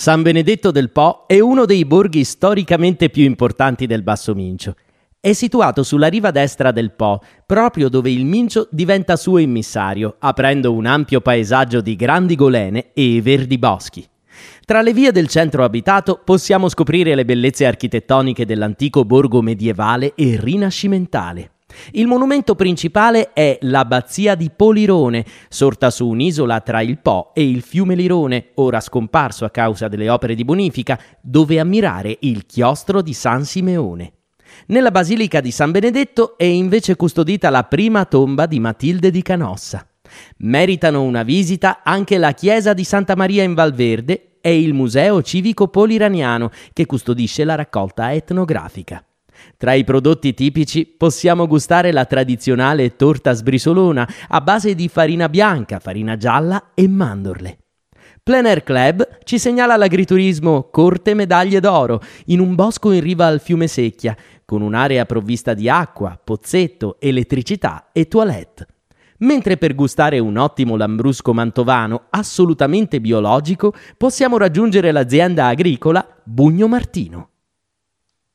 San Benedetto del Po è uno dei borghi storicamente più importanti del Basso Mincio. È situato sulla riva destra del Po, proprio dove il Mincio diventa suo immissario, aprendo un ampio paesaggio di grandi golene e verdi boschi. Tra le vie del centro abitato possiamo scoprire le bellezze architettoniche dell'antico borgo medievale e rinascimentale. Il monumento principale è l'Abbazia di Polirone, sorta su un'isola tra il Po e il fiume Lirone, ora scomparso a causa delle opere di bonifica, dove ammirare il chiostro di San Simeone. Nella Basilica di San Benedetto è invece custodita la prima tomba di Matilde di Canossa. Meritano una visita anche la chiesa di Santa Maria in Valverde e il Museo Civico Poliraniano, che custodisce la raccolta etnografica. Tra i prodotti tipici possiamo gustare la tradizionale torta sbrisolona a base di farina bianca, farina gialla e mandorle. Plein Air Club ci segnala l'agriturismo Corte Medaglie d'Oro in un bosco in riva al fiume Secchia, con un'area provvista di acqua, pozzetto, elettricità e toilette. Mentre per gustare un ottimo lambrusco mantovano assolutamente biologico possiamo raggiungere l'azienda agricola Bugno Martino.